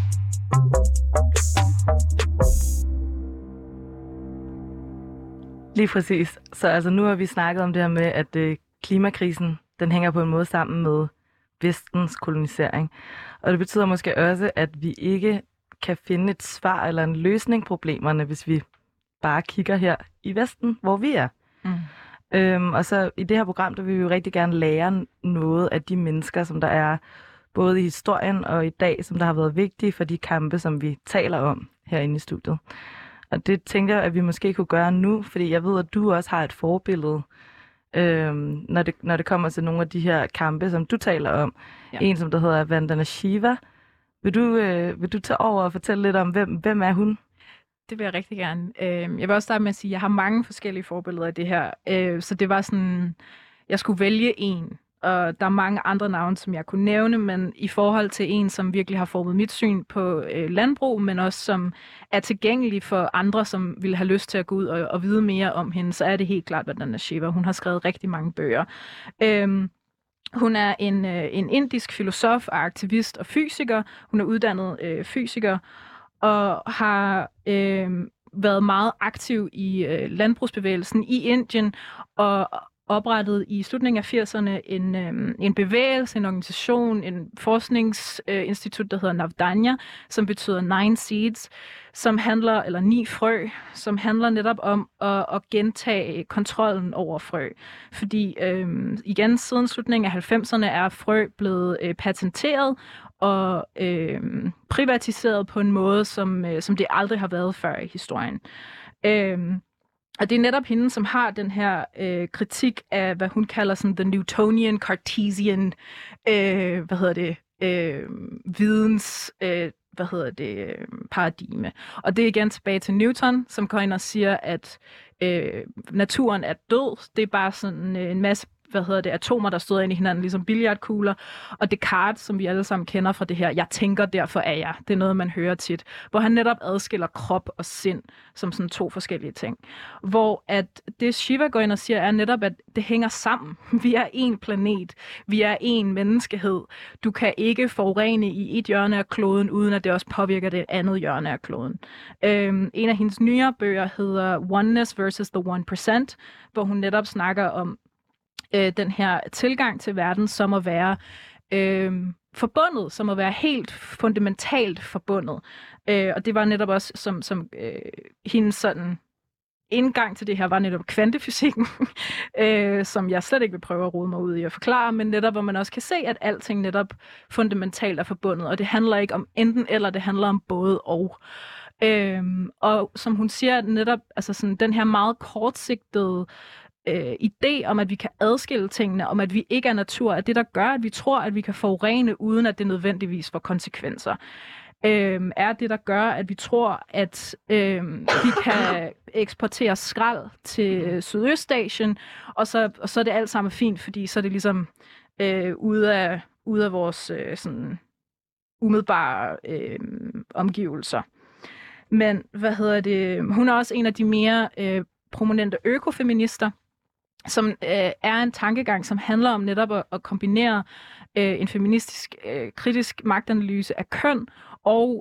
Lige præcis. Så altså, nu har vi snakket om det her med, at klimakrisen, den hænger på en måde sammen med vestens kolonisering. Og det betyder måske også, at vi ikke kan finde et svar eller en løsning på problemerne, hvis vi bare kigger her i Vesten, hvor vi er. Og så i det her program, der vil vi jo rigtig gerne lære noget af de mennesker, som der er både i historien og i dag, som der har været vigtige for de kampe, som vi taler om herinde i studiet. Og det tænker jeg, at vi måske kunne gøre nu, fordi jeg ved, at du også har et forbillede, når det kommer til nogle af de her kampe, som du taler om. Ja. En, som der hedder Vandana Shiva. Vil du tage over og fortælle lidt om, hvem er hun? Det vil jeg rigtig gerne. Jeg vil også starte med at sige, at jeg har mange forskellige forbilleder af det her. Så det var sådan, jeg skulle vælge en. Og der er mange andre navne, som jeg kunne nævne, men i forhold til en, som virkelig har formet mit syn på landbrug, men også som er tilgængelig for andre, som vil have lyst til at gå ud og vide mere om hende, så er det helt klart Vandana Shiva. Hun har skrevet rigtig mange bøger. Hun er en indisk filosof og aktivist og fysiker. Hun er uddannet fysiker og har været meget aktiv i landbrugsbevægelsen i Indien og oprettet i slutningen af 80'erne en bevægelse, en organisation, en forskningsinstitut, der hedder Navdanya, som betyder 9 seeds, som handler, eller 9 frø, som handler netop om at gentage kontrollen over frø. Fordi igen, siden slutningen af 90'erne er frø blevet patenteret og privatiseret på en måde, som det aldrig har været før i historien. Og det er netop hende, som har den her kritik af, hvad hun kalder sådan the Newtonian Cartesian, videns, paradigme. Og det er igen tilbage til Newton, som går ind og siger, at naturen er død. Det er bare sådan en masse atomer, der støder ind i hinanden, ligesom billiardkugler. Og Descartes, som vi alle sammen kender fra det her, jeg tænker, derfor er jeg. Det er noget, man hører tit. Hvor han netop adskiller krop og sind som sådan 2 forskellige ting. Hvor at det Shiva går ind og siger, er netop, at det hænger sammen. Vi er én planet. Vi er én menneskehed. Du kan ikke forurene i et hjørne af kloden, uden at det også påvirker det andet hjørne af kloden. En af hendes nyere bøger hedder Oneness versus the 1%, hvor hun netop snakker om den her tilgang til verden, som at være forbundet, som at være helt fundamentalt forbundet. Og det var netop også, som hendes sådan indgang til det her, var netop kvantefysikken, som jeg slet ikke vil prøve at rode mig ud i at forklare, men netop, hvor man også kan se, at alting netop fundamentalt er forbundet, og det handler ikke om enten eller, det handler om både og. Og som hun siger, netop altså sådan, den her meget kortsigtede idé om, at vi kan adskille tingene, om at vi ikke er natur, er det, der gør, at vi tror, at vi kan forurene, uden at det nødvendigvis får konsekvenser. er det, der gør, at vi tror, at vi kan eksportere skrald til Sydøstasien, og så er det alt sammen fint, fordi så er det ligesom ude af vores sådan umiddelbare omgivelser. Men hun er også en af de mere prominente økofeminister, som er en tankegang, som handler om netop at kombinere en feministisk kritisk magtanalyse af køn og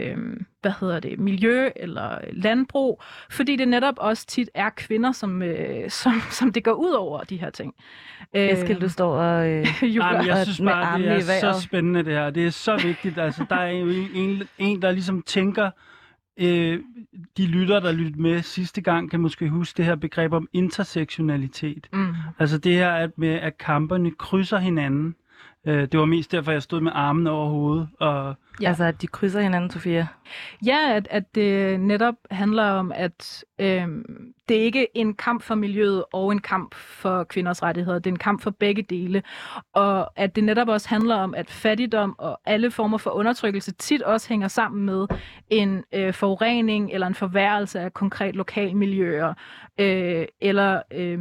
miljø eller landbrug, fordi det netop også tit er kvinder, som det går ud over de her ting. Eskild, du står og jeg synes bare, det er så spændende det her. Det er så vigtigt. Altså, der er jo en, der ligesom tænker, de lytter, der lyttede med sidste gang, kan måske huske det her begreb om intersektionalitet. Altså det her, at kamperne krydser hinanden. Det var mest derfor, jeg stod med armen over hovedet. Ja. Altså, at de krydser hinanden, Sofia? Ja, at det netop handler om, at det ikke er en kamp for miljøet og en kamp for kvinders rettigheder. Det er en kamp for begge dele. Og at det netop også handler om, at fattigdom og alle former for undertrykkelse tit også hænger sammen med en forurening eller en forværrelse af konkret lokalmiljøer eller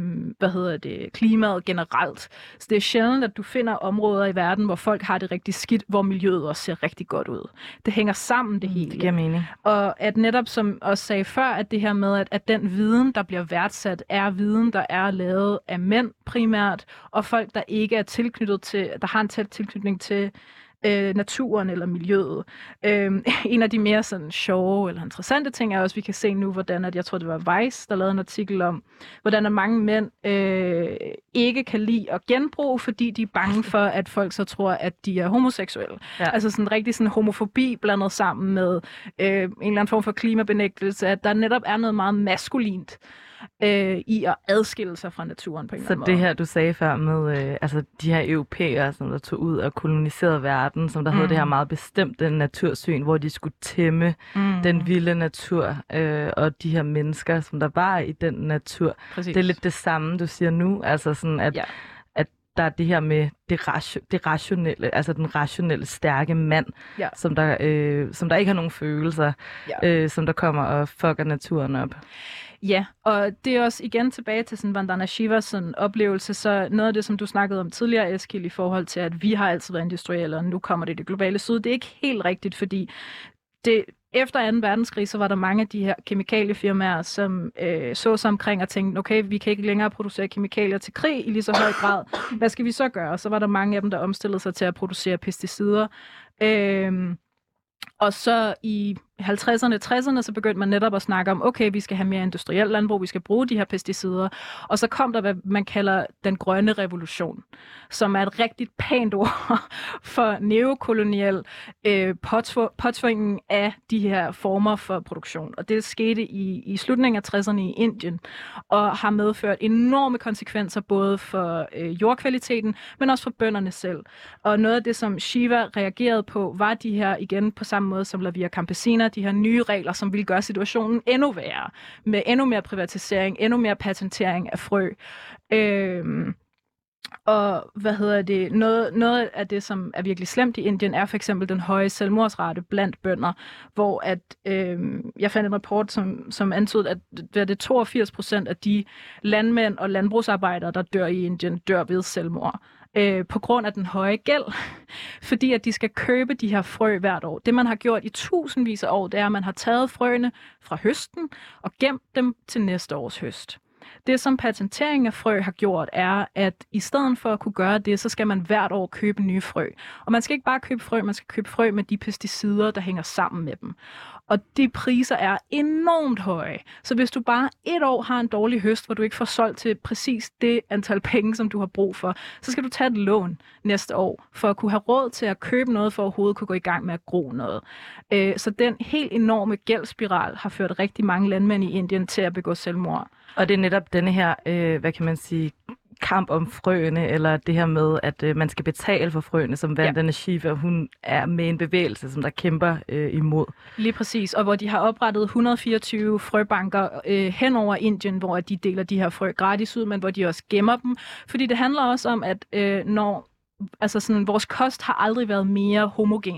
klimaet generelt. Så det er sjældent, at du finder områder i verden, hvor folk har det rigtig skidt, hvor miljøet også ser rigtig godt ud. Det hænger sammen det hele. Det giver mening. Og at netop, som også sagde før, at det her med, at den viden, der bliver værdsat, er viden, der er lavet af mænd primært, og folk, der ikke er tilknyttet til, der har en tæt tilknytning til naturen eller miljøet. En af de mere sådan sjove eller interessante ting er også, at vi kan se nu, hvordan, at jeg tror, det var Vice, der lavede en artikel om, hvordan mange mænd ikke kan lide at genbruge, fordi de er bange for, at folk så tror, at de er homoseksuelle. Ja. Altså sådan rigtig sådan homofobi blandet sammen med en eller anden form for klimabenægtelse, at der netop er noget meget maskulint i at adskille sig fra naturen på en eller anden måde. Så det her, du sagde før med de her europæere, som der tog ud og koloniserede verden, som der havde det her meget bestemte natursyn, hvor de skulle tæmme den vilde natur og de her mennesker, som der var i den natur. Præcis. Det er lidt det samme, du siger nu, altså sådan at der er det her med det rationelle, altså den rationelle, stærke mand, som der ikke har nogen følelser, som der kommer og fucker naturen op. Ja, og det er også igen tilbage til sådan Vandana Shivas sådan oplevelse, så noget af det, som du snakkede om tidligere, Eskild, i forhold til, at vi har altid været industrielle, og nu kommer det globale syd, det er ikke helt rigtigt, fordi efter 2. verdenskrig, så var der mange af de her kemikaliefirmaer, som så sig omkring og tænkte, okay, vi kan ikke længere producere kemikalier til krig i lige så høj grad. Hvad skal vi så gøre? Og så var der mange af dem, der omstillede sig til at producere pesticider. Og så i 50'erne, 60'erne, så begyndte man netop at snakke om, okay, vi skal have mere industriel landbrug, vi skal bruge de her pesticider. Og så kom der, hvad man kalder den grønne revolution, som er et rigtig pænt ord for neokolonial påtvingen af de her former for produktion. Og det skete i slutningen af 60'erne i Indien, og har medført enorme konsekvenser, både for jordkvaliteten, men også for bønderne selv. Og noget af det, som Shiva reagerede på, var de her, igen på samme måde som La Via Campesina, de her nye regler, som ville gøre situationen endnu værre, med endnu mere privatisering, endnu mere patentering af frø. Og noget af det, som er virkelig slemt i Indien, er for eksempel den høje selvmordsrate blandt bønder, hvor at, jeg fandt en rapport, som antydede, at det 82% af de landmænd og landbrugsarbejdere, der dør i Indien, dør ved selvmord. På grund af den høje gæld, fordi at de skal købe de her frø hvert år. Det, man har gjort i tusindvis af år, det er, at man har taget frøene fra høsten og gemt dem til næste års høst. Det, som patentering af frø har gjort, er, at i stedet for at kunne gøre det, så skal man hvert år købe nye frø. Og man skal ikke bare købe frø, man skal købe frø med de pesticider, der hænger sammen med dem. Og de priser er enormt høje. Så hvis du bare et år har en dårlig høst, hvor du ikke får solgt til præcis det antal penge, som du har brug for, så skal du tage et lån næste år, for at kunne have råd til at købe noget, for at overhovedet kunne gå i gang med at gro noget. Så den helt enorme gældsspiral har ført rigtig mange landmænd i Indien til at begå selvmord. Og det er netop denne her, hvad kan man sige, kamp om frøene, eller det her med, at man skal betale for frøene, som Vandana Shiva, hun er med en bevægelse, som der kæmper imod. Lige præcis, og hvor de har oprettet 124 frøbanker hen over Indien, hvor de deler de her frø gratis ud, men hvor de også gemmer dem. Fordi det handler også om, at vores kost har aldrig været mere homogen.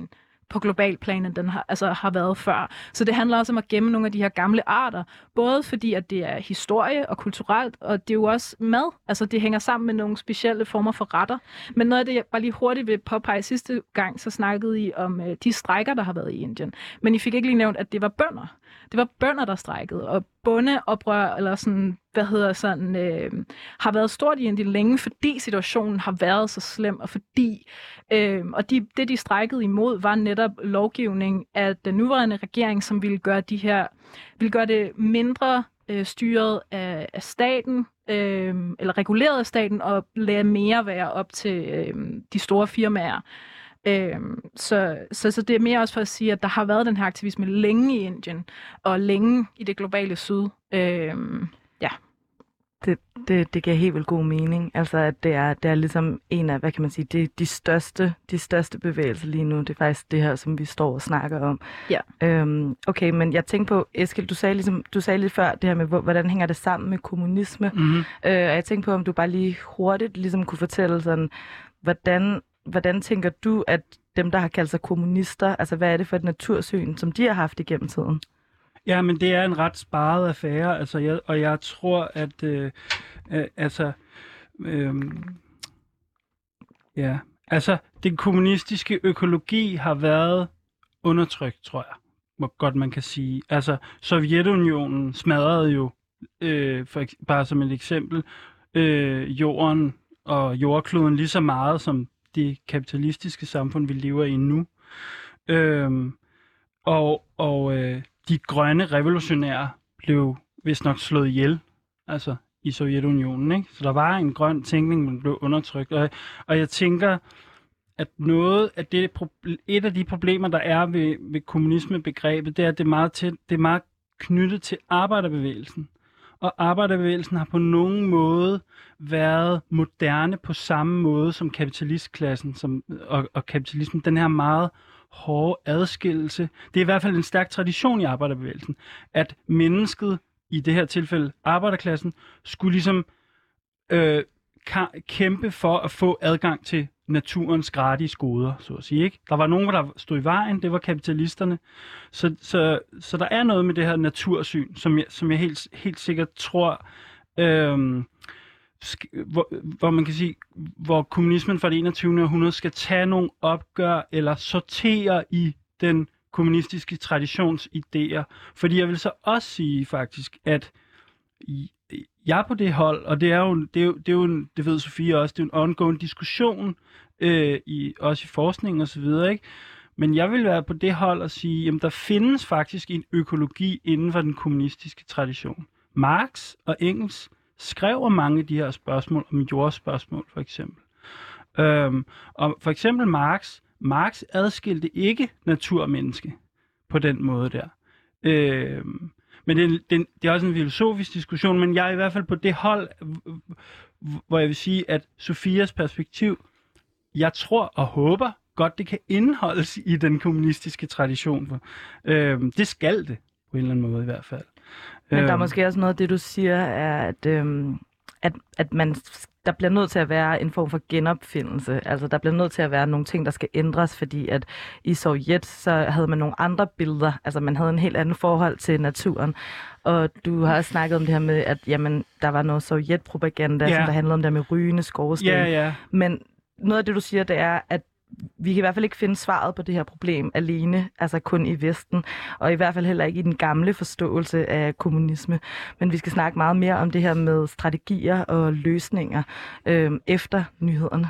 på global plan, end den har været før. Så det handler også om at gemme nogle af de her gamle arter, både fordi, at det er historie og kulturelt, og det er jo også mad. Altså, det hænger sammen med nogle specielle former for retter. Men noget af det, jeg bare lige hurtigt vil påpege sidste gang, så snakkede I om de strejker, der har været i Indien. Men I fik ikke lige nævnt, at det var bønder. Det var bønder, der strejkede, og bondeoprør, eller sådan, har været stort i Indien længe, fordi situationen har været så slem, og fordi, det de strejkede imod, var netop lovgivning af den nuværende regering, som ville gøre det mindre styret af staten, eller reguleret af staten, og lade mere være op til de store firmaer. Så det er mere også for at sige, at der har været den her aktivisme længe i Indien, og længe i det globale syd. Det giver helt vildt god mening. Altså, at det er ligesom en af, hvad kan man sige, det er de største bevægelser lige nu. Det er faktisk det her, som vi står og snakker om. Ja. Okay, men jeg tænkte på, Eskild, du sagde lige før det her med, hvordan hænger det sammen med kommunisme? Mm-hmm. Og jeg tænkte på, om du bare lige hurtigt ligesom kunne fortælle sådan, hvordan tænker du, at dem, der har kaldt sig kommunister, altså hvad er det for et natursyn, som de har haft igennem tiden? Ja, men det er en ret sparet affære, altså, jeg tror, at den kommunistiske økologi har været undertrykt, tror jeg, hvor godt man kan sige. Altså, Sovjetunionen smadrede jo, bare som et eksempel, jorden og jordkloden lige så meget, som det kapitalistiske samfund, vi lever i nu. De grønne revolutionære blev vist nok slået ihjel, altså i Sovjetunionen, ikke? Så der var en grøn tænkning, men blev undertrykt. Og jeg tænker, at et af de problemer, der er ved kommunismebegrebet, det er, at det er meget knyttet til arbejderbevægelsen. Og arbejderbevægelsen har på nogen måde været moderne på samme måde som kapitalistklassen og kapitalismen. Den her meget hårde adskillelse. Det er i hvert fald en stærk tradition i arbejderbevægelsen, at mennesket, i det her tilfælde arbejderklassen, skulle ligesom kæmpe for at få adgang til naturens gratis goder, så at sige, ikke? Der var nogen, der stod i vejen, det var kapitalisterne. Så der er noget med det her natursyn, som jeg helt sikkert tror, hvor man kan sige, hvor kommunismen fra det 21. århundrede skal tage nogle opgør eller sortere i den kommunistiske traditions idéer. Fordi jeg vil så også sige faktisk, at jeg er på det hold, og det ved Sofie også, det er en ongoing diskussion, også i forskning og så videre, ikke? Men jeg vil være på det hold og sige, at der findes faktisk en økologi inden for den kommunistiske tradition. Marx og Engels skrev om mange af de her spørgsmål, om jordspørgsmål for eksempel. Og for eksempel Marx adskilte ikke natur og menneske på den måde der. Men det er også en filosofisk diskussion, men jeg er i hvert fald på det hold, hvor jeg vil sige, at Sofias perspektiv, jeg tror og håber godt, det kan indeholdes i den kommunistiske tradition. Det skal det, på en eller anden måde i hvert fald. Men der er måske også noget af det, du siger, er, at der bliver nødt til at være en form for genopfindelse. Altså, der bliver nødt til at være nogle ting, der skal ændres, fordi at i Sovjet, så havde man nogle andre billeder. Altså, man havde en helt anden forhold til naturen. Og du har også snakket om det her med, at jamen, der var noget sovjetpropaganda, som der handlede om det med rygende skorsten. Ja. Men noget af det, du siger, det er, at vi kan i hvert fald ikke finde svaret på det her problem alene, altså kun i Vesten, og i hvert fald heller ikke i den gamle forståelse af kommunisme. Men vi skal snakke meget mere om det her med strategier og løsninger efter nyhederne.